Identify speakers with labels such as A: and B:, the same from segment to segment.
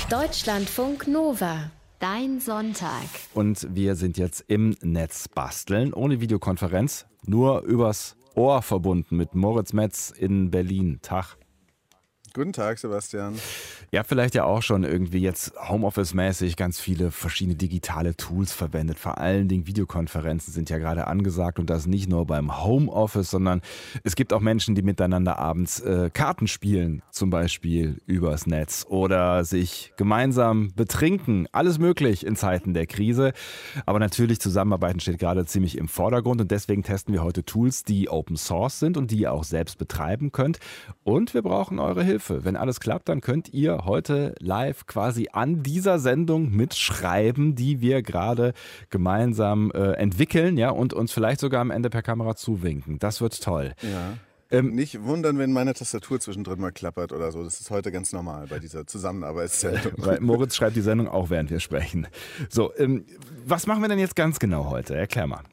A: Deutschlandfunk Nova. Dein Sonntag.
B: Und wir sind jetzt im Netz basteln, ohne Videokonferenz, nur übers Ohr verbunden mit Moritz Metz in Berlin. Tag.
C: Guten Tag, Sebastian.
B: Ihr habt vielleicht ja auch schon irgendwie jetzt Homeoffice-mäßig ganz viele verschiedene digitale Tools verwendet. Vor allen Dingen Videokonferenzen sind ja gerade angesagt und das nicht nur beim Homeoffice, sondern es gibt auch Menschen, die miteinander abends Karten spielen, zum Beispiel übers Netz oder sich gemeinsam betrinken. Alles möglich in Zeiten der Krise. Aber natürlich Zusammenarbeiten steht gerade ziemlich im Vordergrund und deswegen testen wir heute Tools, die Open Source sind und die ihr auch selbst betreiben könnt. Und wir brauchen eure Hilfe. Wenn alles klappt, dann könnt ihr heute live quasi an dieser Sendung mitschreiben, die wir gerade gemeinsam entwickeln, ja, und uns vielleicht sogar am Ende per Kamera zuwinken. Das wird toll.
C: Ja. Nicht wundern, wenn meine Tastatur zwischendrin mal klappert oder so. Das ist heute ganz normal bei dieser Zusammenarbeitssendung.
B: Weil Moritz schreibt die Sendung auch, während wir sprechen. So, was machen wir denn jetzt ganz genau heute? Erklär mal.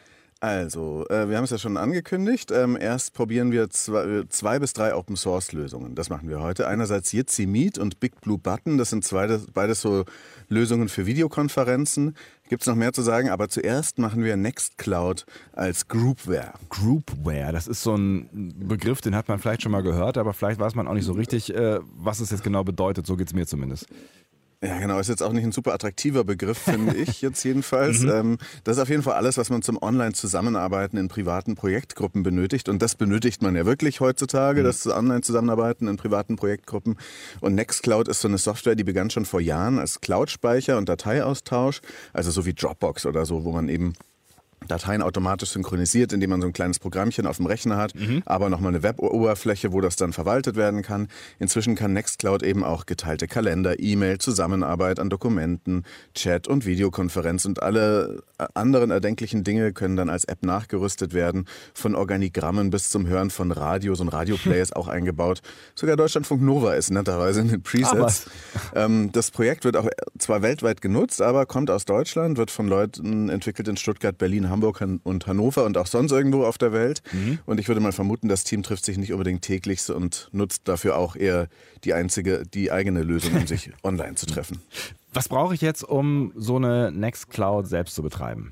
C: Also, wir haben es ja schon angekündigt. Erst probieren wir zwei bis drei Open-Source-Lösungen. Das machen wir heute. Einerseits Jitsi Meet und Big Blue Button. Das sind beides so Lösungen für Videokonferenzen. Gibt es noch mehr zu sagen, aber zuerst machen wir Nextcloud als Groupware.
B: Groupware, das ist so ein Begriff, den hat man vielleicht schon mal gehört, aber vielleicht weiß man auch nicht so richtig, was es jetzt genau bedeutet. So geht es mir zumindest.
C: Ja, genau. Ist jetzt auch nicht ein super attraktiver Begriff, finde ich jetzt jedenfalls. Das ist auf jeden Fall alles, was man zum Online-Zusammenarbeiten in privaten Projektgruppen benötigt. Und das benötigt man ja wirklich heutzutage, das Online-Zusammenarbeiten in privaten Projektgruppen. Und Nextcloud ist so eine Software, die begann schon vor Jahren als Cloud-Speicher und Dateiaustausch. Also so wie Dropbox oder so, wo man eben Dateien automatisch synchronisiert, indem man so ein kleines Programmchen auf dem Rechner hat, aber nochmal eine Web-Oberfläche, wo das dann verwaltet werden kann. Inzwischen kann Nextcloud eben auch geteilte Kalender, E-Mail, Zusammenarbeit an Dokumenten, Chat und Videokonferenz und alle anderen erdenklichen Dinge können dann als App nachgerüstet werden, von Organigrammen bis zum Hören von Radio. So ein Radioplay ist auch eingebaut. Sogar Deutschlandfunk Nova ist netterweise in den Presets. Das Projekt wird auch zwar weltweit genutzt, aber kommt aus Deutschland, wird von Leuten entwickelt in Stuttgart, Berlin, Hamburg und Hannover und auch sonst irgendwo auf der Welt. Und ich würde mal vermuten, das Team trifft sich nicht unbedingt täglich und nutzt dafür auch eher die eigene Lösung, um sich online zu treffen.
B: Was brauche ich jetzt, um so eine Nextcloud selbst zu betreiben?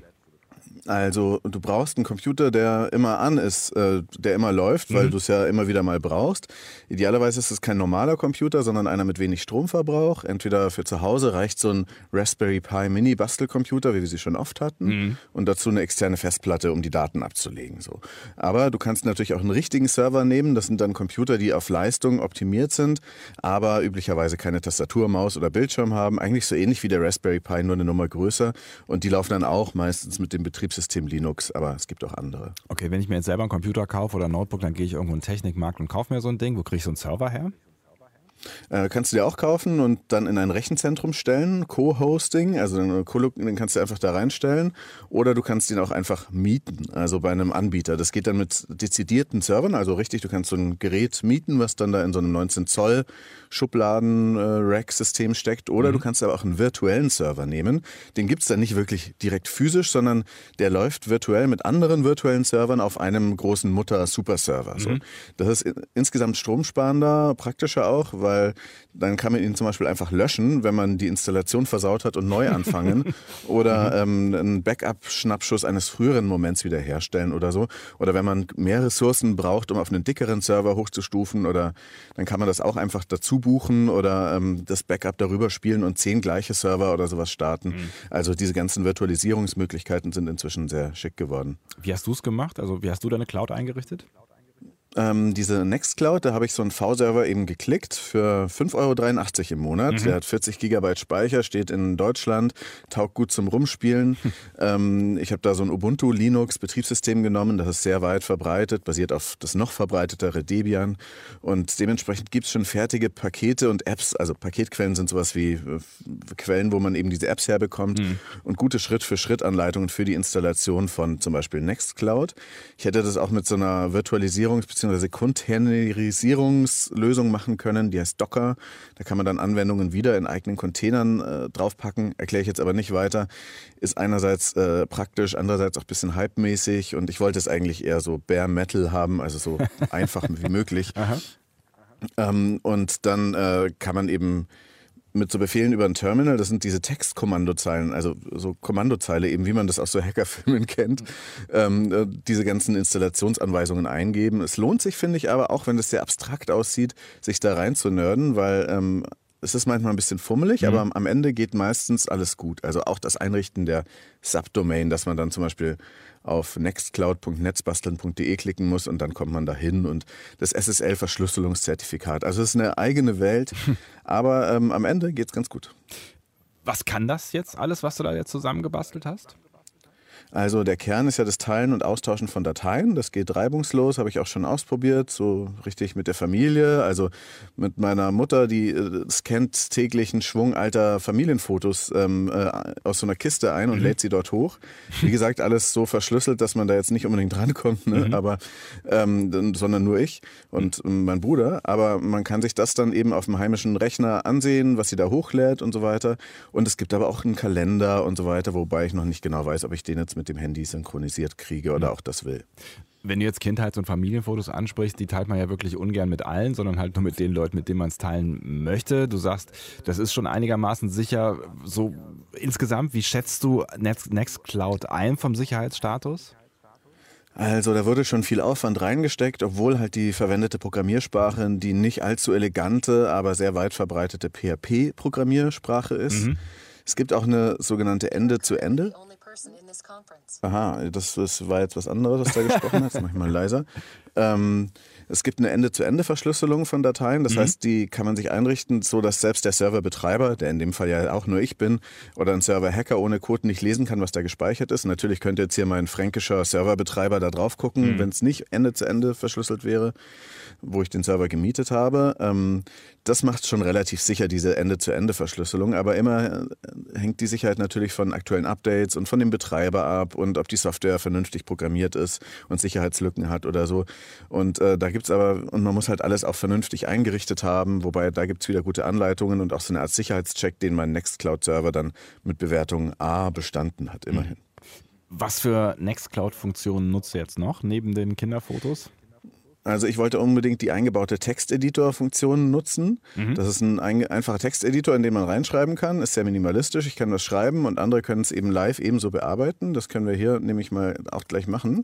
C: Also du brauchst einen Computer, der immer an ist, der immer läuft, weil du es ja immer wieder mal brauchst. Idealerweise ist es kein normaler Computer, sondern einer mit wenig Stromverbrauch. Entweder für zu Hause reicht so ein Raspberry Pi Mini Bastelcomputer, wie wir sie schon oft hatten, und dazu eine externe Festplatte, um die Daten abzulegen. So. Aber du kannst natürlich auch einen richtigen Server nehmen. Das sind dann Computer, die auf Leistung optimiert sind, aber üblicherweise keine Tastatur, Maus oder Bildschirm haben. Eigentlich so ähnlich wie der Raspberry Pi, nur eine Nummer größer. Und die laufen dann auch meistens mit dem Betriebssystem Linux, aber es gibt auch andere.
B: Okay, wenn ich mir jetzt selber einen Computer kaufe oder ein Notebook, dann gehe ich irgendwo in den Technikmarkt und kaufe mir so ein Ding. Wo kriege ich so einen Server her?
C: Kannst du dir auch kaufen und dann in ein Rechenzentrum stellen, Co-Hosting, also den kannst du einfach da reinstellen oder du kannst ihn auch einfach mieten, also bei einem Anbieter. Das geht dann mit dezidierten Servern, also richtig, du kannst so ein Gerät mieten, was dann da in so einem 19 Zoll Schubladen-Rack-System steckt oder du kannst aber auch einen virtuellen Server nehmen. Den gibt es dann nicht wirklich direkt physisch, sondern der läuft virtuell mit anderen virtuellen Servern auf einem großen Mutter-Super-Server. So. Das ist insgesamt stromsparender, praktischer auch, weil dann kann man ihn zum Beispiel einfach löschen, wenn man die Installation versaut hat und neu anfangen oder einen Backup-Schnappschuss eines früheren Moments wiederherstellen oder so. Oder wenn man mehr Ressourcen braucht, um auf einen dickeren Server hochzustufen, oder dann kann man das auch einfach dazu buchen oder das Backup darüber spielen und 10 gleiche Server oder sowas starten. Also diese ganzen Virtualisierungsmöglichkeiten sind inzwischen sehr schick geworden.
B: Wie hast du es gemacht? Also wie hast du deine Cloud eingerichtet?
C: Diese Nextcloud, da habe ich so einen V-Server eben geklickt für 5,83 € im Monat. Der hat 40 GB Speicher, steht in Deutschland, taugt gut zum Rumspielen. Ich habe da so ein Ubuntu Linux Betriebssystem genommen, das ist sehr weit verbreitet, basiert auf das noch verbreitetere Debian. Und dementsprechend gibt es schon fertige Pakete und Apps. Also Paketquellen sind sowas wie Quellen, wo man eben diese Apps herbekommt und gute Schritt-für-Schritt-Anleitungen für die Installation von zum Beispiel Nextcloud. Ich hätte das auch mit so einer Virtualisierungs- bzw. Containerisierungslösung machen können, die heißt Docker. Da kann man dann Anwendungen wieder in eigenen Containern draufpacken. Erkläre ich jetzt aber nicht weiter. Ist einerseits praktisch, andererseits auch ein bisschen hypemäßig und ich wollte es eigentlich eher so Bare Metal haben, also so einfach wie möglich. Und dann kann man eben mit so Befehlen über ein Terminal, das sind diese Textkommandozeilen, also so Kommandozeile eben, wie man das aus so Hackerfilmen kennt, diese ganzen Installationsanweisungen eingeben. Es lohnt sich, finde ich, aber auch, wenn das sehr abstrakt aussieht, sich da rein zu nerden, weil es ist manchmal ein bisschen fummelig, aber am Ende geht meistens alles gut. Also auch das Einrichten der Subdomain, dass man dann zum Beispiel auf nextcloud.netzbasteln.de klicken muss und dann kommt man da hin und das SSL-Verschlüsselungszertifikat. Also es ist eine eigene Welt, aber am Ende geht es ganz gut.
B: Was kann das jetzt alles, was du da jetzt zusammengebastelt hast?
C: Also der Kern ist ja das Teilen und Austauschen von Dateien. Das geht reibungslos, habe ich auch schon ausprobiert, so richtig mit der Familie. Also mit meiner Mutter, die scannt täglich einen Schwung alter Familienfotos aus so einer Kiste ein und lädt sie dort hoch. Wie gesagt, alles so verschlüsselt, dass man da jetzt nicht unbedingt rankommt, ne? Aber, sondern nur ich und mein Bruder. Aber man kann sich das dann eben auf dem heimischen Rechner ansehen, was sie da hochlädt und so weiter. Und es gibt aber auch einen Kalender und so weiter, wobei ich noch nicht genau weiß, ob ich den jetzt mit dem Handy synchronisiert kriege oder auch das will.
B: Wenn du jetzt Kindheits- und Familienfotos ansprichst, die teilt man ja wirklich ungern mit allen, sondern halt nur mit den Leuten, mit denen man es teilen möchte. Du sagst, das ist schon einigermaßen sicher. So insgesamt, wie schätzt du Nextcloud ein vom Sicherheitsstatus?
C: Also da wurde schon viel Aufwand reingesteckt, obwohl halt die verwendete Programmiersprache die nicht allzu elegante, aber sehr weit verbreitete PHP-Programmiersprache ist. Es gibt auch eine sogenannte Ende-zu-Ende. Aha, das war jetzt was anderes, was da gesprochen hat. Das mache ich mal leiser. Es gibt eine Ende-zu-Ende-Verschlüsselung von Dateien. Das heißt, die kann man sich einrichten, so dass selbst der Serverbetreiber, der in dem Fall ja auch nur ich bin, oder ein Server-Hacker ohne Code nicht lesen kann, was da gespeichert ist. Natürlich könnte jetzt hier mein fränkischer Serverbetreiber da drauf gucken, wenn es nicht Ende-zu-Ende verschlüsselt wäre, wo ich den Server gemietet habe. Das macht schon relativ sicher, diese Ende-zu-Ende-Verschlüsselung. Aber immer hängt die Sicherheit natürlich von aktuellen Updates und von dem Betreiber ab und ob die Software vernünftig programmiert ist und Sicherheitslücken hat oder so. Und da gibt's aber, und man muss halt alles auch vernünftig eingerichtet haben, wobei da gibt's wieder gute Anleitungen und auch so eine Art Sicherheitscheck, den mein Nextcloud-Server dann mit Bewertung A bestanden hat, immerhin.
B: Was für Nextcloud-Funktionen nutzt du jetzt noch, neben den Kinderfotos?
C: Also ich wollte unbedingt die eingebaute Texteditor-Funktion nutzen. Das ist ein einfacher Texteditor, in den man reinschreiben kann. Ist sehr minimalistisch. Ich kann das schreiben und andere können es eben live ebenso bearbeiten. Das können wir hier nämlich mal auch gleich machen.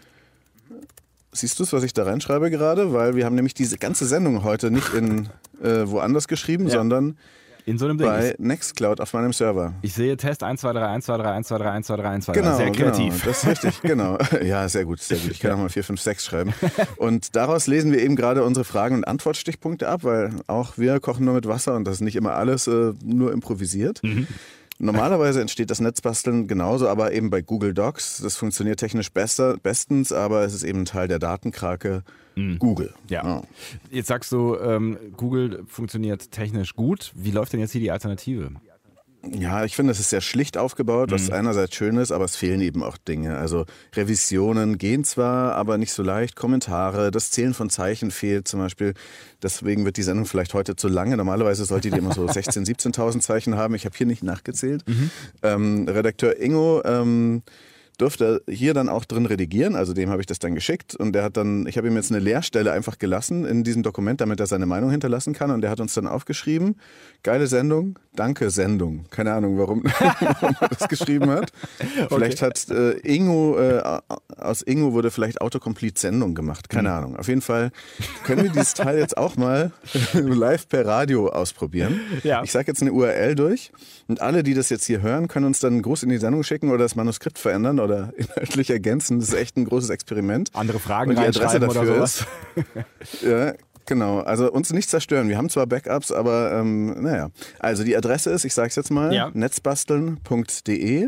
C: Siehst du es, was ich da reinschreibe gerade? Weil wir haben nämlich diese ganze Sendung heute nicht in woanders geschrieben, sondern
B: in so einem Ding.
C: Bei Nextcloud auf meinem Server.
B: Ich sehe Test 1, 2, 3, 1, 2, 3, 1, 2, 3, 1, 2, 3, 1, 2, 3.
C: Genau,
B: sehr kreativ.
C: Genau, das ist richtig, genau. Ja, sehr gut, sehr gut. Ich kann auch mal 4, 5, 6 schreiben. Und daraus lesen wir eben gerade unsere Fragen- und Antwortstichpunkte ab, weil auch wir kochen nur mit Wasser und das ist nicht immer alles nur improvisiert. Normalerweise entsteht das Netzbasteln genauso, aber eben bei Google Docs. Das funktioniert technisch bestens, aber es ist eben Teil der Datenkrake Google.
B: Ja. Jetzt sagst du, Google funktioniert technisch gut. Wie läuft denn jetzt hier die Alternative?
C: Ja, ich finde, es ist sehr schlicht aufgebaut, was einerseits schön ist, aber es fehlen eben auch Dinge. Also Revisionen gehen zwar, aber nicht so leicht. Kommentare, das Zählen von Zeichen fehlt zum Beispiel. Deswegen wird die Sendung vielleicht heute zu lange. Normalerweise sollte die immer so 16.000, 17.000 Zeichen haben. Ich habe hier nicht nachgezählt. Redakteur Ingo durfte hier dann auch drin redigieren, also dem habe ich das dann geschickt und der hat dann, ich habe ihm jetzt eine Leerstelle einfach gelassen in diesem Dokument, damit er seine Meinung hinterlassen kann und der hat uns dann aufgeschrieben, geile Sendung, danke Sendung. Keine Ahnung, warum er das geschrieben hat. Vielleicht hat Ingo, aus Ingo wurde vielleicht Autocomplete Sendung gemacht, keine Ahnung. Auf jeden Fall können wir dieses Teil jetzt auch mal live per Radio ausprobieren. Ja. Ich sage jetzt eine URL durch und alle, die das jetzt hier hören, können uns dann einen Gruß in die Sendung schicken oder das Manuskript verändern oder inhaltlich ergänzen. Das ist echt ein großes Experiment.
B: Andere Fragen
C: und die Adresse dafür
B: oder sowas.
C: Ja, genau. Also uns nicht zerstören. Wir haben zwar Backups, aber naja. Also die Adresse ist, ich sage es jetzt mal, netzbasteln.de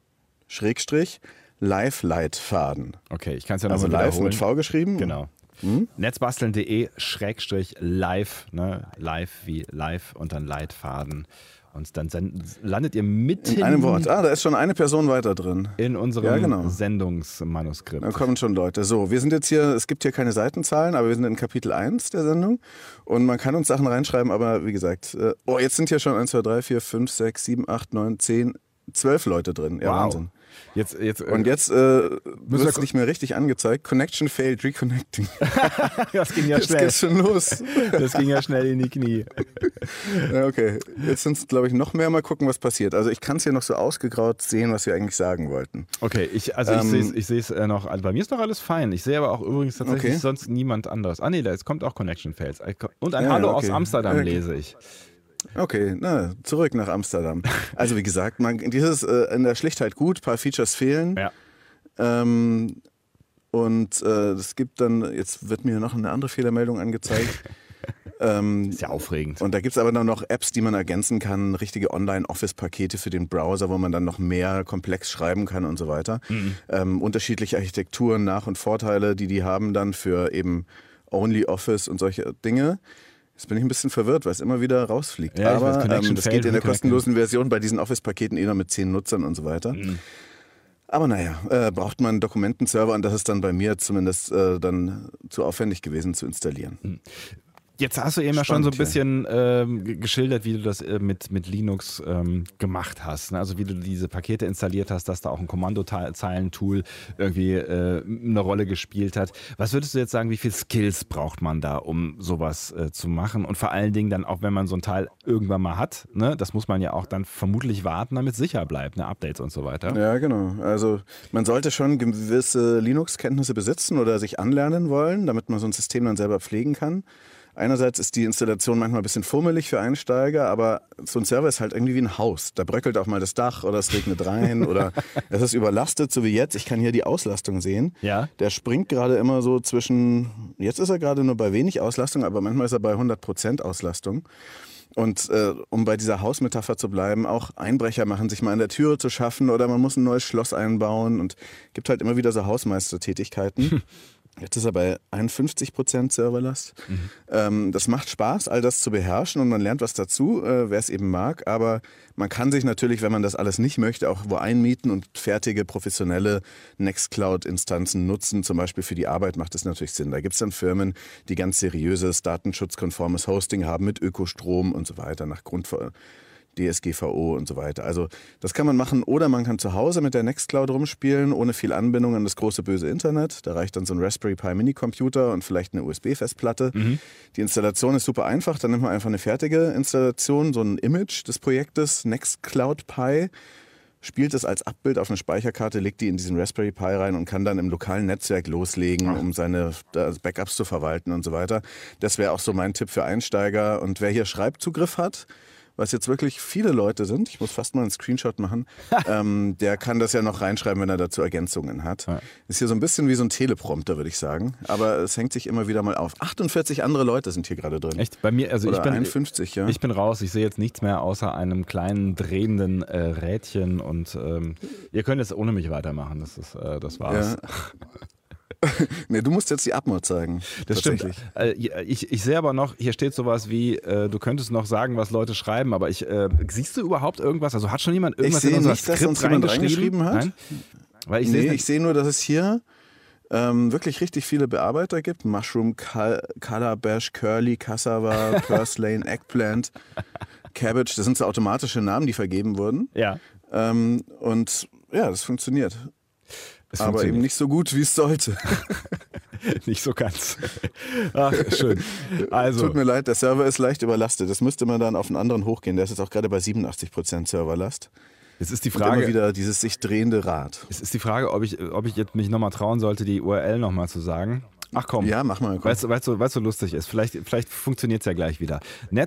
C: /Live-Leitfaden.
B: Okay, ich kann es ja nochmal
C: also
B: wiederholen.
C: live mit V geschrieben.
B: Genau. Netzbasteln.de /live, ne? Live wie live und dann Leitfaden. Und dann landet ihr mitten
C: in einem Wort. Da ist schon eine Person weiter drin.
B: In unserem Sendungsmanuskript.
C: Da kommen schon Leute. So, wir sind jetzt hier, es gibt hier keine Seitenzahlen, aber wir sind in Kapitel 1 der Sendung. Und man kann uns Sachen reinschreiben, aber wie gesagt, jetzt sind hier schon 1, 2, 3, 4, 5, 6, 7, 8, 9, 10, 12 Leute drin. Ja, wow. Wahnsinn. Und jetzt wird es nicht mehr richtig angezeigt. Connection failed, reconnecting.
B: Das ging ja schnell.
C: Jetzt geht's schon los.
B: Das ging ja schnell in die Knie.
C: Ja, okay, jetzt sind es, glaube ich, noch mehr. Mal gucken, was passiert. Also ich kann es hier noch so ausgegraut sehen, was wir eigentlich sagen wollten.
B: Okay, ich sehe es noch. Also bei mir ist noch alles fein. Ich sehe aber auch übrigens tatsächlich sonst niemand anderes. Ah nee, da kommt auch Connection Fails. Und ein Hallo aus Amsterdam lese ich.
C: Okay, zurück nach Amsterdam. Also wie gesagt, dieses in der Schlichtheit gut, ein paar Features fehlen.
B: Ja.
C: Und es gibt dann, jetzt wird mir noch eine andere Fehlermeldung angezeigt.
B: Ist ja aufregend.
C: Und da gibt es aber dann noch Apps, die man ergänzen kann, richtige Online-Office-Pakete für den Browser, wo man dann noch mehr komplex schreiben kann und so weiter. Unterschiedliche Architekturen, Nach- und Vorteile, die haben dann für eben OnlyOffice und solche Dinge. Jetzt bin ich ein bisschen verwirrt, weil es immer wieder rausfliegt.
B: Ja,
C: aber das geht in der kostenlosen Version bei diesen Office-Paketen nur mit 10 Nutzern und so weiter. Aber naja, braucht man einen Dokumentenserver und das ist dann bei mir zumindest dann zu aufwendig gewesen zu installieren.
B: Jetzt hast du eben ja schon so ein bisschen geschildert, wie du das mit Linux gemacht hast. Ne? Also wie du diese Pakete installiert hast, dass da auch ein Kommandozeilentool irgendwie eine Rolle gespielt hat. Was würdest du jetzt sagen, wie viel Skills braucht man da, um sowas zu machen? Und vor allen Dingen dann auch, wenn man so ein Teil irgendwann mal hat, ne? Das muss man ja auch dann vermutlich warten, damit es sicher bleibt, ne? Updates und so weiter.
C: Ja, genau. Also man sollte schon gewisse Linux-Kenntnisse besitzen oder sich anlernen wollen, damit man so ein System dann selber pflegen kann. Einerseits ist die Installation manchmal ein bisschen fummelig für Einsteiger, aber so ein Server ist halt irgendwie wie ein Haus. Da bröckelt auch mal das Dach oder es regnet rein oder es ist überlastet, so wie jetzt. Ich kann hier die Auslastung sehen.
B: Ja.
C: Der springt gerade immer so jetzt ist er gerade nur bei wenig Auslastung, aber manchmal ist er bei 100% Auslastung. Und um bei dieser Hausmetapher zu bleiben, auch Einbrecher machen sich mal an der Türe zu schaffen oder man muss ein neues Schloss einbauen und gibt halt immer wieder so Hausmeistertätigkeiten. Jetzt ist er bei 51% Serverlast. Das macht Spaß, all das zu beherrschen und man lernt was dazu, wer es eben mag. Aber man kann sich natürlich, wenn man das alles nicht möchte, auch wo einmieten und fertige, professionelle Nextcloud-Instanzen nutzen. Zum Beispiel für die Arbeit macht es natürlich Sinn. Da gibt es dann Firmen, die ganz seriöses, datenschutzkonformes Hosting haben mit Ökostrom und so weiter, nach DSGVO und so weiter. Also das kann man machen oder man kann zu Hause mit der Nextcloud rumspielen, ohne viel Anbindung an das große böse Internet. Da reicht dann so ein Raspberry Pi Mini-Computer und vielleicht eine USB-Festplatte. Die Installation ist super einfach. Dann nimmt man einfach eine fertige Installation, so ein Image des Projektes Nextcloud Pi, spielt es als Abbild auf eine Speicherkarte, legt die in diesen Raspberry Pi rein und kann dann im lokalen Netzwerk loslegen, um seine Backups zu verwalten und so weiter. Das wäre auch so mein Tipp für Einsteiger. Und wer hier Schreibzugriff hat, was jetzt wirklich viele Leute sind, ich muss fast mal einen Screenshot machen, der kann das ja noch reinschreiben, wenn er dazu Ergänzungen hat. Ja. Ist hier so ein bisschen wie so ein Teleprompter, würde ich sagen. Aber es hängt sich immer wieder mal auf. 48 andere Leute sind hier gerade drin.
B: Echt? Bei mir, also
C: oder 51, ja.
B: Ich bin raus, ich sehe jetzt nichts mehr außer einem kleinen drehenden Rädchen und ihr könnt jetzt ohne mich weitermachen, das war's. Ja.
C: Nee, du musst jetzt die Abmod zeigen.
B: Das stimmt. Ich sehe aber noch, hier steht sowas wie, du könntest noch sagen, was Leute schreiben, aber siehst du überhaupt irgendwas? Also hat schon jemand irgendwas in unser Skript
C: reingeschrieben hat?
B: Nein? Weil
C: ich sehe nur, dass es hier wirklich richtig viele Bearbeiter gibt. Mushroom, Calabash, Curly, Cassava, Purslane, Eggplant, Cabbage. Das sind so automatische Namen, die vergeben wurden.
B: Ja.
C: Und ja, das funktioniert. Aber eben nicht so gut, wie es sollte.
B: Nicht so ganz. Ach, schön. Also.
C: Tut mir leid, der Server ist leicht überlastet. Das müsste man dann auf einen anderen hochgehen. Der ist jetzt auch gerade bei 87% Serverlast.
B: Jetzt ist die Frage,
C: und immer wieder dieses sich drehende Rad.
B: Es ist die Frage, ob ich jetzt mich nochmal trauen sollte, die URL nochmal zu sagen. Ach komm.
C: Ja, mach mal.
B: Weil es so lustig ist. Vielleicht funktioniert es ja gleich wieder.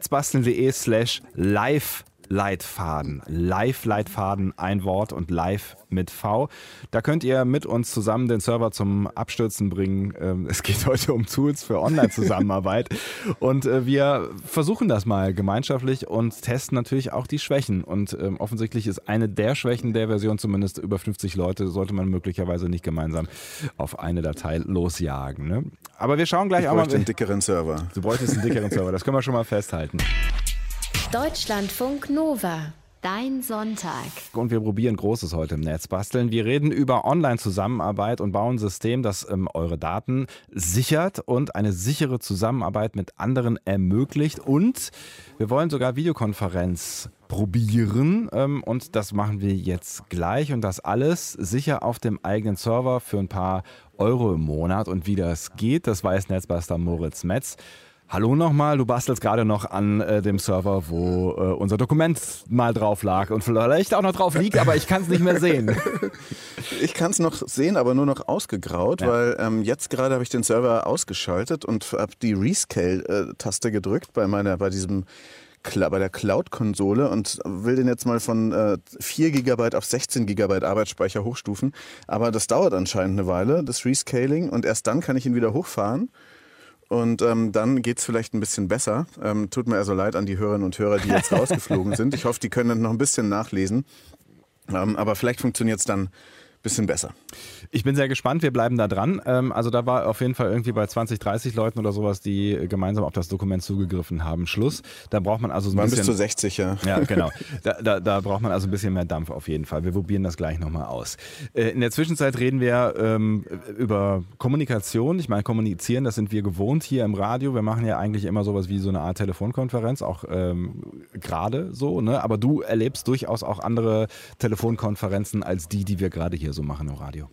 B: netzbasteln.de/Live-Leitfaden. Live-Leitfaden, ein Wort und live mit V. Da könnt ihr mit uns zusammen den Server zum Abstürzen bringen. Es geht heute um Tools für Online-Zusammenarbeit. Und wir versuchen das mal gemeinschaftlich und testen natürlich auch die Schwächen. Und offensichtlich ist eine der Schwächen der Version, zumindest über 50 Leute, sollte man möglicherweise nicht gemeinsam auf eine Datei losjagen. Ne? Aber wir schauen gleich auch mal.
C: Ich bräuchte einen dickeren Server.
B: Du bräuchtest einen dickeren Server, das können wir schon mal festhalten.
A: Deutschlandfunk Nova. Dein Sonntag.
B: Und wir probieren Großes heute im Netz basteln. Wir reden über Online-Zusammenarbeit und bauen ein System, das eure Daten sichert und eine sichere Zusammenarbeit mit anderen ermöglicht. Und wir wollen sogar Videokonferenz probieren und das machen wir jetzt gleich und das alles sicher auf dem eigenen Server für ein paar Euro im Monat. Und wie das geht, das weiß Netzbuster Moritz Metz. Hallo nochmal, du bastelst gerade noch an dem Server, wo unser Dokument mal drauf lag und vielleicht auch noch drauf liegt, aber ich kann es nicht mehr sehen.
C: Ich kann es noch sehen, aber nur noch ausgegraut, ja. Weil jetzt gerade habe ich den Server ausgeschaltet und habe die Rescale-Taste gedrückt bei der Cloud-Konsole und will den jetzt mal von 4 GB auf 16 GB Arbeitsspeicher hochstufen. Aber das dauert anscheinend eine Weile, das Rescaling, und erst dann kann ich ihn wieder hochfahren. Und dann geht's vielleicht ein bisschen besser. Tut mir also leid an die Hörerinnen und Hörer, die jetzt rausgeflogen sind. Ich hoffe, die können dann noch ein bisschen nachlesen. Aber vielleicht funktioniert es dann ein bisschen besser.
B: Ich bin sehr gespannt, wir bleiben da dran. Also da war auf jeden Fall irgendwie bei 20, 30 Leuten oder sowas, die gemeinsam auf das Dokument zugegriffen haben, Schluss. Da braucht man also so ein bisschen...
C: bis zu 60, ja.
B: Ja, genau. Da braucht man also ein bisschen mehr Dampf auf jeden Fall. Wir probieren das gleich nochmal aus. In der Zwischenzeit reden wir über Kommunikation. Ich meine, kommunizieren, das sind wir gewohnt hier im Radio. Wir machen ja eigentlich immer sowas wie so eine Art Telefonkonferenz, auch gerade so, ne? Aber du erlebst durchaus auch andere Telefonkonferenzen als die wir gerade hier so machen im Radio.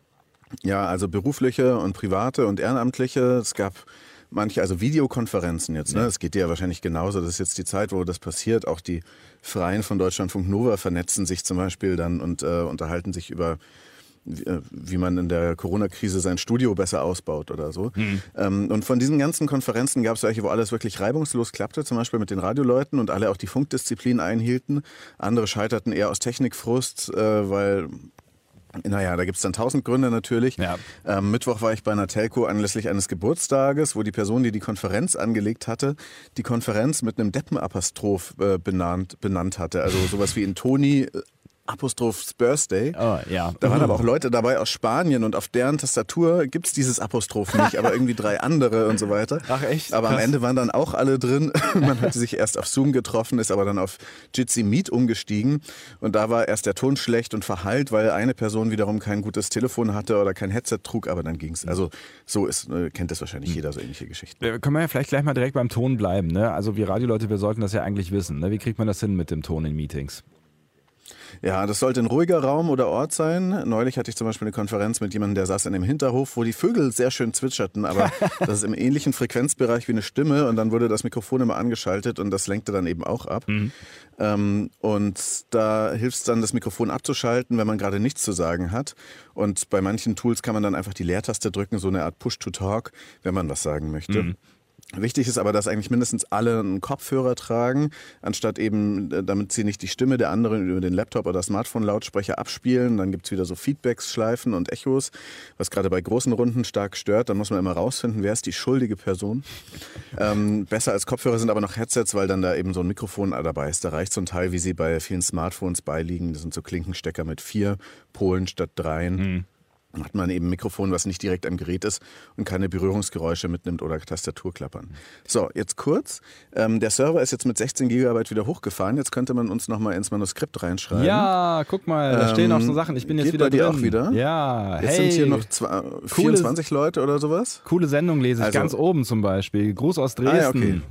C: Ja, also berufliche und private und ehrenamtliche. Es gab manche, also Videokonferenzen jetzt. Ne? Das geht dir ja wahrscheinlich genauso. Das ist jetzt die Zeit, wo das passiert. Auch die Freien von Deutschlandfunk Nova vernetzen sich zum Beispiel dann und unterhalten sich über, wie man in der Corona-Krise sein Studio besser ausbaut oder so. Und von diesen ganzen Konferenzen gab es welche, wo alles wirklich reibungslos klappte, zum Beispiel mit den Radioleuten und alle auch die Funkdisziplin einhielten. Andere scheiterten eher aus Technikfrust, weil... Naja, da gibt es dann 1000 Gründe natürlich. Ja. Mittwoch war ich bei einer Telco anlässlich eines Geburtstages, wo die Person, die Konferenz angelegt hatte, die Konferenz mit einem Deppenapostroph benannt hatte. Also sowas wie in Toni Apostrophs Birthday.
B: Oh, ja.
C: Da waren aber auch Leute dabei aus Spanien und auf deren Tastatur gibt es dieses Apostroph nicht, aber irgendwie 3 andere und so weiter.
B: Ach echt?
C: Aber krass. Am Ende waren dann auch alle drin. Man hatte sich erst auf Zoom getroffen, ist aber dann auf Jitsi Meet umgestiegen und da war erst der Ton schlecht und verhallt, weil eine Person wiederum kein gutes Telefon hatte oder kein Headset trug, aber dann ging es. Also so kennt das wahrscheinlich jeder, so ähnliche Geschichten.
B: Können wir ja vielleicht gleich mal direkt beim Ton bleiben, ne? Also wir Radioleute, wir sollten das ja eigentlich wissen, ne? Wie kriegt man das hin mit dem Ton in Meetings?
C: Ja, das sollte ein ruhiger Raum oder Ort sein. Neulich hatte ich zum Beispiel eine Konferenz mit jemandem, der saß in dem Hinterhof, wo die Vögel sehr schön zwitscherten, aber das ist im ähnlichen Frequenzbereich wie eine Stimme und dann wurde das Mikrofon immer angeschaltet und das lenkte dann eben auch ab. Und da hilft es dann, das Mikrofon abzuschalten, wenn man gerade nichts zu sagen hat. Und bei manchen Tools kann man dann einfach die Leertaste drücken, so eine Art Push-to-Talk, wenn man was sagen möchte. Wichtig ist aber, dass eigentlich mindestens alle einen Kopfhörer tragen, anstatt eben, damit sie nicht die Stimme der anderen über den Laptop oder Smartphone-Lautsprecher abspielen. Dann gibt es wieder so Feedbacks, Schleifen und Echos, was gerade bei großen Runden stark stört. Dann muss man immer rausfinden, wer ist die schuldige Person. Besser als Kopfhörer sind aber noch Headsets, weil dann da eben so ein Mikrofon dabei ist. Da reicht so ein Teil, wie sie bei vielen Smartphones beiliegen. Das sind so Klinkenstecker mit 4 Polen statt 3. Hat man eben ein Mikrofon, was nicht direkt am Gerät ist und keine Berührungsgeräusche mitnimmt oder Tastaturklappern. So, jetzt kurz. Der Server ist jetzt mit 16 GB wieder hochgefahren. Jetzt könnte man uns nochmal ins Manuskript reinschreiben.
B: Ja, guck mal, da stehen auch so Sachen. Ich bin jetzt wieder
C: bei dir
B: drin.
C: Auch wieder?
B: Ja,
C: jetzt sind hier noch 24 Leute oder sowas.
B: Coole Sendung lese ich, also, ganz oben zum Beispiel. Gruß aus Dresden.
C: Ja, okay.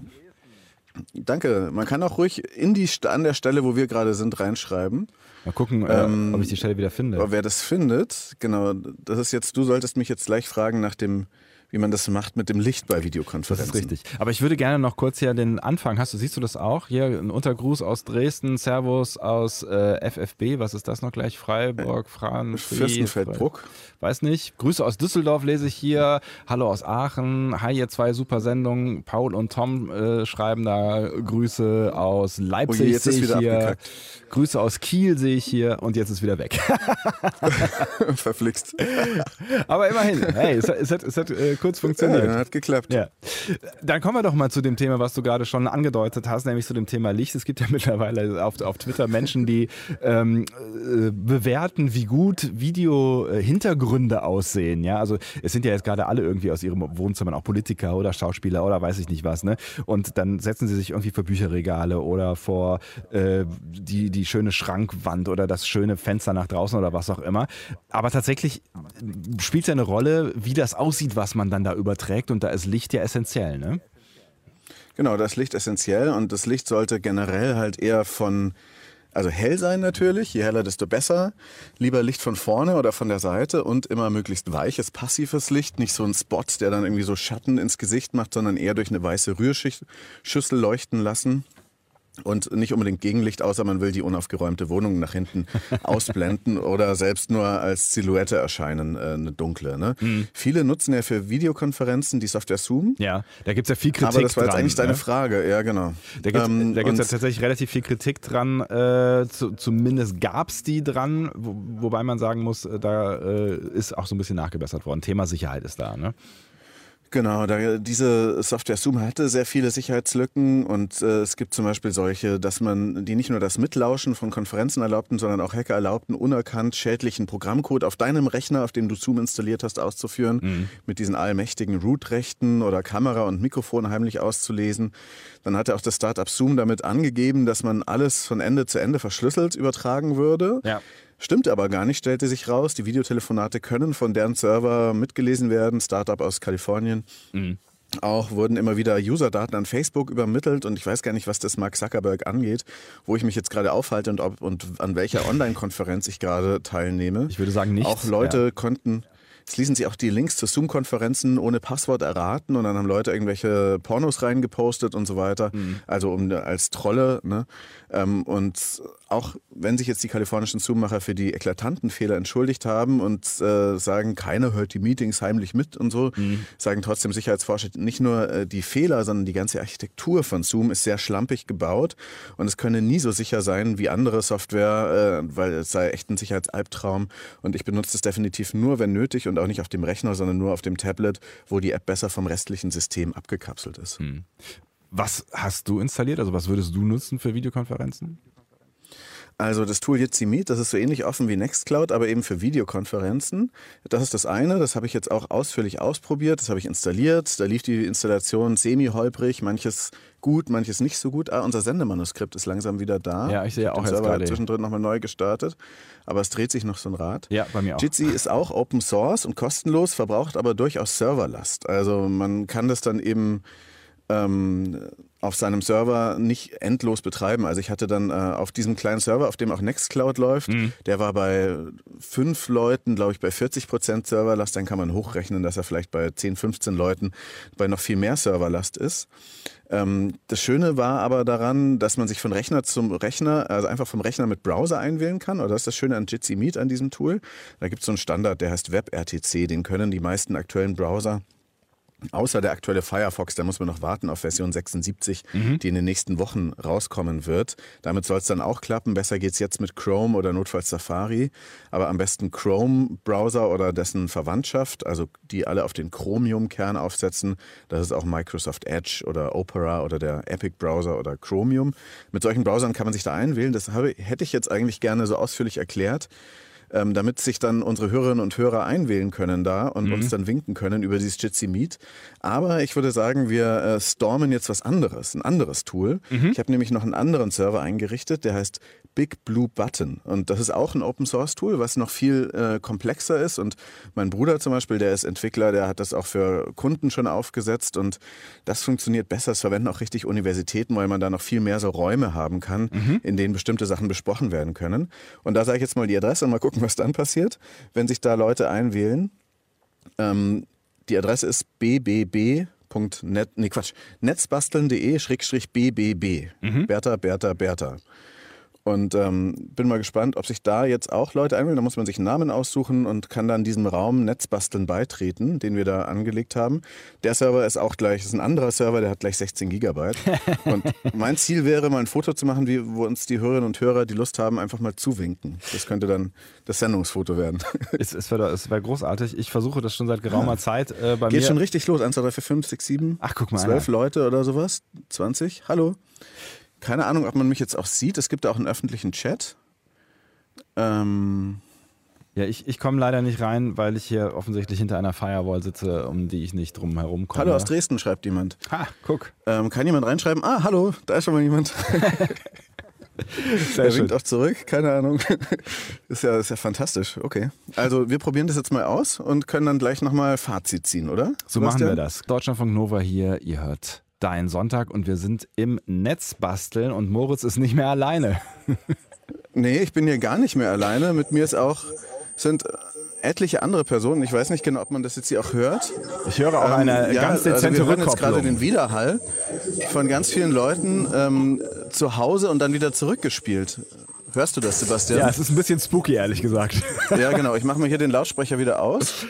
C: Danke. Man kann auch ruhig an der Stelle, wo wir gerade sind, reinschreiben.
B: Mal gucken, ob ich die Stelle wieder finde.
C: Wer das findet, genau, das ist jetzt, du solltest mich jetzt gleich fragen nach dem, wie man das macht mit dem Licht bei Videokonferenzen.
B: Das ist richtig. Aber ich würde gerne noch kurz hier den Anfang, siehst du das auch? Hier ein Untergruß aus Dresden, Servus aus FFB, was ist das noch gleich? Freiburg,
C: Fürstenfeldbruck.
B: Weiß nicht. Grüße aus Düsseldorf lese ich hier. Hallo aus Aachen. Hi, ihr 2 super Sendungen. Paul und Tom schreiben da Grüße aus Leipzig.
C: Jetzt sehe ich hier.
B: Abgekackt. Grüße aus Kiel sehe ich hier und jetzt ist wieder weg.
C: Verflixt.
B: Aber immerhin, hey, es hat kurz funktioniert.
C: Ja, hat geklappt.
B: Ja. Dann kommen wir doch mal zu dem Thema, was du gerade schon angedeutet hast, nämlich zu dem Thema Licht. Es gibt ja mittlerweile auf Twitter Menschen, die bewerten, wie gut Video-Hintergründe aussehen. Ja, also es sind ja jetzt gerade alle irgendwie aus ihrem Wohnzimmer auch Politiker oder Schauspieler oder weiß ich nicht was. Ne? Und dann setzen sie sich irgendwie vor Bücherregale oder vor die schöne Schrankwand oder das schöne Fenster nach draußen oder was auch immer. Aber tatsächlich spielt es ja eine Rolle, wie das aussieht, was man dann da überträgt. Und da ist Licht ja essentiell, ne?
C: Genau, das Licht essentiell und das Licht sollte generell halt eher also hell sein natürlich, je heller, desto besser. Lieber Licht von vorne oder von der Seite und immer möglichst weiches, passives Licht. Nicht so ein Spot, der dann irgendwie so Schatten ins Gesicht macht, sondern eher durch eine weiße Rührschüssel leuchten lassen. Und nicht unbedingt Gegenlicht, außer man will die unaufgeräumte Wohnung nach hinten ausblenden oder selbst nur als Silhouette erscheinen, eine dunkle. Ne? Viele nutzen ja für Videokonferenzen die Software Zoom.
B: Ja, da gibt es ja viel Kritik dran.
C: Aber das war jetzt eigentlich deine Frage, ja genau.
B: Da gibt es ja tatsächlich relativ viel Kritik dran, zumindest gab es die dran, wobei man sagen muss, da ist auch so ein bisschen nachgebessert worden. Thema Sicherheit ist da, ne?
C: Genau, diese Software Zoom hatte sehr viele Sicherheitslücken und es gibt zum Beispiel solche, dass die nicht nur das Mitlauschen von Konferenzen erlaubten, sondern auch Hacker erlaubten, unerkannt schädlichen Programmcode auf deinem Rechner, auf dem du Zoom installiert hast, auszuführen, mit diesen allmächtigen Root-Rechten oder Kamera und Mikrofon heimlich auszulesen. Dann hatte auch das Startup Zoom damit angegeben, dass man alles von Ende zu Ende verschlüsselt übertragen würde. Ja. Stimmte aber gar nicht, stellte sich raus. Die Videotelefonate können von deren Server mitgelesen werden. Startup aus Kalifornien. Auch wurden immer wieder Userdaten an Facebook übermittelt und ich weiß gar nicht, was das Mark Zuckerberg angeht, wo ich mich jetzt gerade aufhalte und an welcher Online-Konferenz ich gerade teilnehme.
B: Ich würde sagen nichts.
C: Auch Leute konnten... Es ließen sich auch die Links zu Zoom-Konferenzen ohne Passwort erraten und dann haben Leute irgendwelche Pornos reingepostet und so weiter, also als Trolle. Ne? Und auch wenn sich jetzt die kalifornischen Zoom-Macher für die eklatanten Fehler entschuldigt haben und sagen, keiner hört die Meetings heimlich mit und so, sagen trotzdem Sicherheitsforscher, nicht nur die Fehler, sondern die ganze Architektur von Zoom ist sehr schlampig gebaut und es könne nie so sicher sein wie andere Software, weil es sei echt ein Sicherheitsalbtraum und ich benutze es definitiv nur, wenn nötig und auch nicht auf dem Rechner, sondern nur auf dem Tablet, wo die App besser vom restlichen System abgekapselt ist.
B: Was hast du installiert? Also was würdest du nutzen für Videokonferenzen?
C: Also das Tool Jitsi Meet, das ist so ähnlich offen wie Nextcloud, aber eben für Videokonferenzen. Das ist das eine, das habe ich jetzt auch ausführlich ausprobiert, das habe ich installiert. Da lief die Installation semi-holprig, manches gut, manches nicht so gut. Unser Sendemanuskript ist langsam wieder da.
B: Ja, ich sehe auch
C: jetzt
B: gerade.
C: Server zwischendrin nochmal neu gestartet, aber es dreht sich noch so ein Rad.
B: Ja, bei mir auch.
C: Jitsi ist auch Open Source und kostenlos, verbraucht aber durchaus Serverlast. Also man kann das dann eben auf seinem Server nicht endlos betreiben. Also ich hatte dann auf diesem kleinen Server, auf dem auch Nextcloud läuft, der war bei 5 Leuten, glaube ich, bei 40% Serverlast. Dann kann man hochrechnen, dass er vielleicht bei 10, 15 Leuten bei noch viel mehr Serverlast ist. Das Schöne war aber daran, dass man sich von Rechner zum Rechner, also einfach vom Rechner mit Browser einwählen kann. Oder das ist das Schöne an Jitsi Meet, an diesem Tool. Da gibt es so einen Standard, der heißt WebRTC. Den können die meisten aktuellen Browser. Außer der aktuelle Firefox, da muss man noch warten auf Version 76, die in den nächsten Wochen rauskommen wird. Damit soll es dann auch klappen. Besser geht's jetzt mit Chrome oder notfalls Safari. Aber am besten Chrome-Browser oder dessen Verwandtschaft, also die alle auf den Chromium-Kern aufsetzen. Das ist auch Microsoft Edge oder Opera oder der Epic-Browser oder Chromium. Mit solchen Browsern kann man sich da einwählen. Das hätte ich jetzt eigentlich gerne so ausführlich erklärt. Damit sich dann unsere Hörerinnen und Hörer einwählen können da und uns dann winken können über dieses Jitsi Meet. Aber ich würde sagen, wir stormen jetzt was anderes, ein anderes Tool. Ich habe nämlich noch einen anderen Server eingerichtet, der heißt Big Blue Button. Und das ist auch ein Open-Source-Tool, was noch viel komplexer ist. Und mein Bruder zum Beispiel, der ist Entwickler, der hat das auch für Kunden schon aufgesetzt. Und das funktioniert besser. Das verwenden auch richtig Universitäten, weil man da noch viel mehr so Räume haben kann, in denen bestimmte Sachen besprochen werden können. Und da sage ich jetzt mal die Adresse und mal gucken, was dann passiert, wenn sich da Leute einwählen. Die Adresse ist netzbasteln.de/bbb. Bertha. Und bin mal gespannt, ob sich da jetzt auch Leute einwählen. Da muss man sich einen Namen aussuchen und kann dann diesem Raum Netzbasteln beitreten, den wir da angelegt haben. Der Server ist auch gleich, ist ein anderer Server, der hat gleich 16 Gigabyte. Und mein Ziel wäre, mal ein Foto zu machen, wo uns die Hörerinnen und Hörer, die Lust haben, einfach mal zuwinken. Das könnte dann das Sendungsfoto werden.
B: Es wäre großartig. Ich versuche das schon seit geraumer Zeit bei mir.
C: Geht schon richtig los. 1, 2, 3, 4, 5, 6, 7,
B: Ach, guck mal
C: 12 Leute oder sowas. 20. Hallo. Keine Ahnung, ob man mich jetzt auch sieht. Es gibt auch einen öffentlichen Chat.
B: Ja, ich komme leider nicht rein, weil ich hier offensichtlich hinter einer Firewall sitze, um die ich nicht drum herum komme.
C: Hallo aus Dresden, schreibt jemand.
B: Ha, guck.
C: Kann jemand reinschreiben? Ah, hallo, da ist schon mal jemand.
B: Sehr
C: Er
B: schön.
C: winkt auch zurück, keine Ahnung. Ist ja fantastisch. Okay. Also wir probieren das jetzt mal aus und können dann gleich nochmal Fazit ziehen, oder?
B: So machen wir das. Deutschlandfunk Nova hier, ihr hört Dein Sonntag und wir sind im Netz basteln und Moritz ist nicht mehr alleine.
C: Nee, ich bin hier gar nicht mehr alleine. Mit mir sind etliche andere Personen. Ich weiß nicht genau, ob man das jetzt hier auch hört.
B: Ich höre auch eine ganz dezente
C: also wir hören jetzt gerade
B: Rückkopplung.
C: den Widerhall von ganz vielen Leuten zu Hause und dann wieder zurückgespielt. Hörst du das, Sebastian?
B: Ja, es ist ein bisschen spooky, ehrlich gesagt.
C: Ja, genau. Ich mache mal hier den Lautsprecher wieder aus.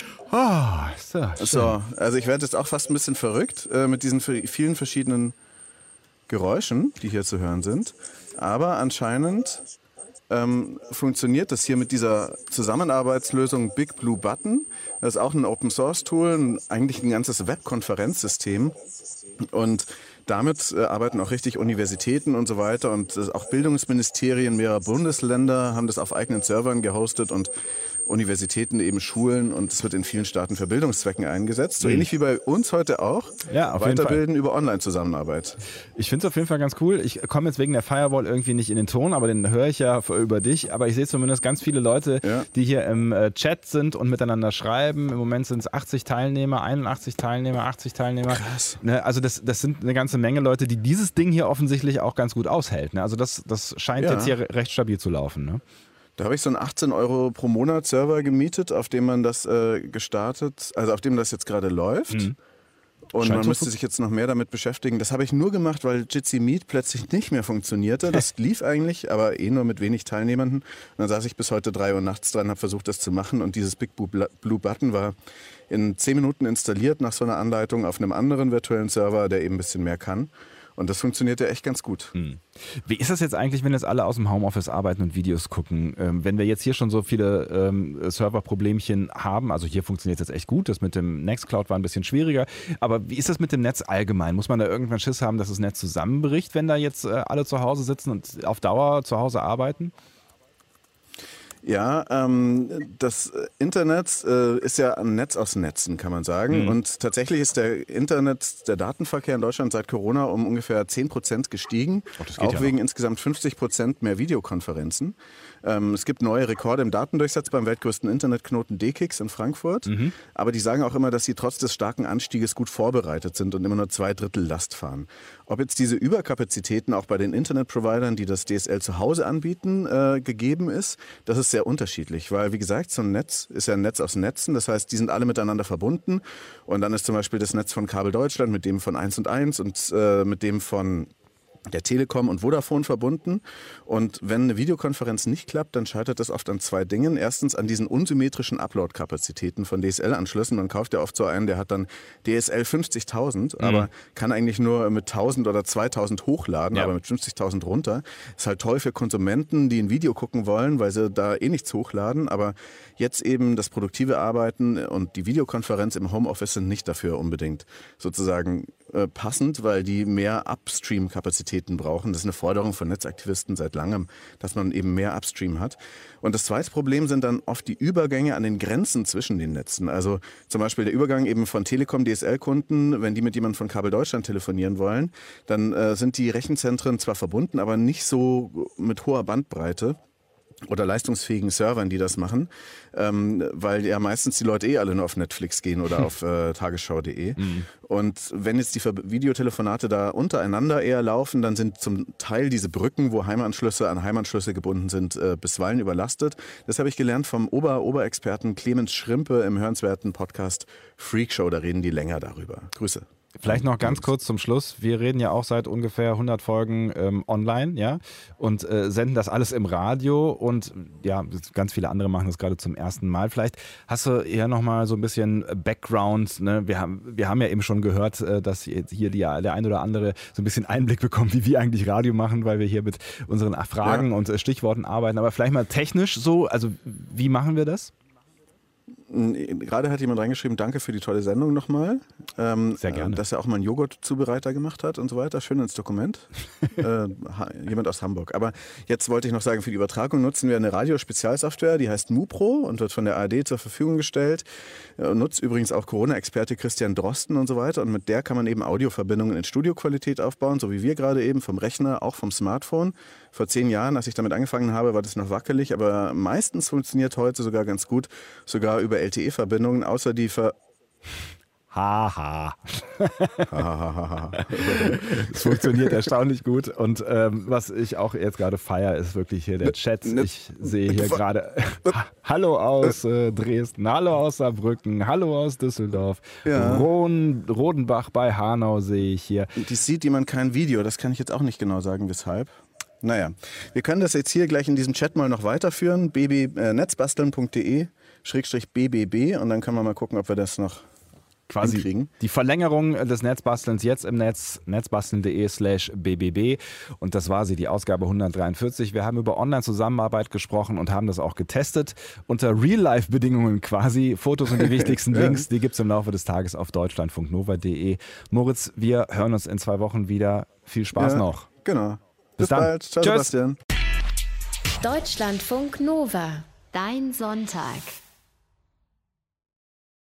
B: So,
C: So, also ich werde jetzt auch fast ein bisschen verrückt mit diesen vielen verschiedenen Geräuschen, die hier zu hören sind. Aber anscheinend funktioniert das hier mit dieser Zusammenarbeitslösung Big Blue Button. Das ist auch ein Open-Source-Tool, eigentlich ein ganzes Webkonferenzsystem. Und damit arbeiten auch richtig Universitäten und so weiter. Und auch Bildungsministerien mehrerer Bundesländer haben das auf eigenen Servern gehostet und Universitäten, eben Schulen, und es wird in vielen Staaten für Bildungszwecken eingesetzt. So ähnlich wie bei uns heute auch.
B: Ja, auf jeden Fall.
C: Weiterbilden über Online-Zusammenarbeit.
B: Ich finde es auf jeden Fall ganz cool. Ich komme jetzt wegen der Firewall irgendwie nicht in den Ton, aber den höre ich ja über dich. Aber ich sehe zumindest ganz viele Leute, die hier im Chat sind und miteinander schreiben. Im Moment sind es 80 Teilnehmer, 81 Teilnehmer, 80 Teilnehmer.
C: Krass.
B: Ne, also das sind eine ganze Menge Leute, die dieses Ding hier offensichtlich auch ganz gut aushält. Ne? Also das scheint jetzt hier recht stabil zu laufen. Ne?
C: Da habe ich so einen 18 € pro Monat Server gemietet, auf dem man das auf dem das jetzt gerade läuft. Und
B: Scheint
C: man
B: so
C: müsste sich jetzt noch mehr damit beschäftigen. Das habe ich nur gemacht, weil Jitsi Meet plötzlich nicht mehr funktionierte. Das lief eigentlich, aber nur mit wenig Teilnehmenden. Und dann saß ich bis heute 3 Uhr nachts dran, habe versucht, das zu machen. Und dieses Big Blue Button war in 10 Minuten installiert nach so einer Anleitung auf einem anderen virtuellen Server, der eben ein bisschen mehr kann. Und das funktioniert ja echt ganz gut.
B: Wie ist das jetzt eigentlich, wenn jetzt alle aus dem Homeoffice arbeiten und Videos gucken? Wenn wir jetzt hier schon so viele Serverproblemchen haben, also hier funktioniert es jetzt echt gut, das mit dem Nextcloud war ein bisschen schwieriger, aber wie ist das mit dem Netz allgemein? Muss man da irgendwann Schiss haben, dass das Netz zusammenbricht, wenn da jetzt alle zu Hause sitzen und auf Dauer zu Hause arbeiten?
C: Ja, das Internet ist ja ein Netz aus Netzen, kann man sagen. Und tatsächlich ist der Datenverkehr in Deutschland seit Corona um ungefähr 10% gestiegen. Auch wegen insgesamt 50% mehr Videokonferenzen. Es gibt neue Rekorde im Datendurchsatz beim weltgrößten Internetknoten DKIX in Frankfurt. Aber die sagen auch immer, dass sie trotz des starken Anstieges gut vorbereitet sind und immer nur 2/3 Last fahren. Ob jetzt diese Überkapazitäten auch bei den Internetprovidern, die das DSL zu Hause anbieten, gegeben ist, das ist sehr unterschiedlich. Weil, wie gesagt, so ein Netz ist ja ein Netz aus Netzen. Das heißt, die sind alle miteinander verbunden. Und dann ist zum Beispiel das Netz von Kabel Deutschland mit dem von 1&1 und mit dem von der Telekom und Vodafone verbunden. Und wenn eine Videokonferenz nicht klappt, dann scheitert das oft an 2 Dingen. Erstens an diesen unsymmetrischen Upload-Kapazitäten von DSL-Anschlüssen. Man kauft ja oft so einen, der hat dann DSL 50.000, aber kann eigentlich nur mit 1.000 oder 2.000 hochladen, aber mit 50.000 runter. Ist halt toll für Konsumenten, die ein Video gucken wollen, weil sie da nichts hochladen. Aber jetzt eben das produktive Arbeiten und die Videokonferenz im Homeoffice sind nicht dafür unbedingt sozusagen passend, weil die mehr Upstream-Kapazitäten brauchen. Das ist eine Forderung von Netzaktivisten seit langem, dass man eben mehr Upstream hat. Und das zweite Problem sind dann oft die Übergänge an den Grenzen zwischen den Netzen. Also zum Beispiel der Übergang eben von Telekom-DSL-Kunden, wenn die mit jemandem von Kabel Deutschland telefonieren wollen, dann sind die Rechenzentren zwar verbunden, aber nicht so mit hoher Bandbreite oder leistungsfähigen Servern, die das machen, weil ja meistens die Leute alle nur auf Netflix gehen oder auf tagesschau.de. Und wenn jetzt die Videotelefonate da untereinander eher laufen, dann sind zum Teil diese Brücken, wo Heimanschlüsse an Heimanschlüsse gebunden sind, bisweilen überlastet. Das habe ich gelernt vom Oberexperten Clemens Schrimpe im hörenswerten Podcast Freakshow. Da reden die länger darüber. Grüße.
B: Vielleicht noch ganz kurz zum Schluss. Wir reden ja auch seit ungefähr 100 Folgen online, ja, und senden das alles im Radio und ja, ganz viele andere machen das gerade zum ersten Mal. Vielleicht hast du eher nochmal so ein bisschen Background, ne? Wir haben ja eben schon gehört, dass hier der ein oder andere so ein bisschen Einblick bekommt, wie wir eigentlich Radio machen, weil wir hier mit unseren Fragen und Stichworten arbeiten. Aber vielleicht mal technisch so, also wie machen wir das?
C: Gerade hat jemand reingeschrieben, danke für die tolle Sendung nochmal.
B: Sehr gerne.
C: Dass er auch mal einen Joghurt-Zubereiter gemacht hat und so weiter. Schön ins Dokument. Jemand aus Hamburg. Aber jetzt wollte ich noch sagen, für die Übertragung nutzen wir eine Radiospezialsoftware, die heißt MuPro und wird von der ARD zur Verfügung gestellt. Nutzt übrigens auch Corona-Experte Christian Drosten und so weiter. Und mit der kann man eben Audioverbindungen in Studioqualität aufbauen, so wie wir gerade eben vom Rechner, auch vom Smartphone. Vor 10 Jahren, als ich damit angefangen habe, war das noch wackelig, aber meistens funktioniert heute sogar ganz gut, sogar über LTE-Verbindungen, außer die
B: Haha. Es funktioniert erstaunlich gut und was ich auch jetzt gerade feiere, ist wirklich hier der Chat. Ich sehe hier gerade Hallo aus Dresden, hallo aus Saarbrücken, hallo aus Düsseldorf, Rodenbach bei Hanau sehe ich hier.
C: Die sieht jemand kein Video, das kann ich jetzt auch nicht genau sagen, weshalb. Naja, wir können das jetzt hier gleich in diesem Chat mal noch weiterführen. netzbasteln.de/BBB und dann können wir mal gucken, ob wir das noch
B: quasi
C: hinkriegen.
B: Die Verlängerung des Netzbastelns jetzt im Netz, netzbasteln.de/BBB. Und das war sie, die Ausgabe 143. Wir haben über Online-Zusammenarbeit gesprochen und haben das auch getestet. Unter Real-Life-Bedingungen quasi. Fotos und die wichtigsten Links, die gibt es im Laufe des Tages auf deutschlandfunknova.de. Moritz, wir hören uns in 2 Wochen wieder. Viel Spaß noch.
C: Genau.
B: Bis dann.
C: Bald. Ciao,
B: Tschüss.
C: Sebastian.
A: Deutschlandfunk Nova. Dein Sonntag.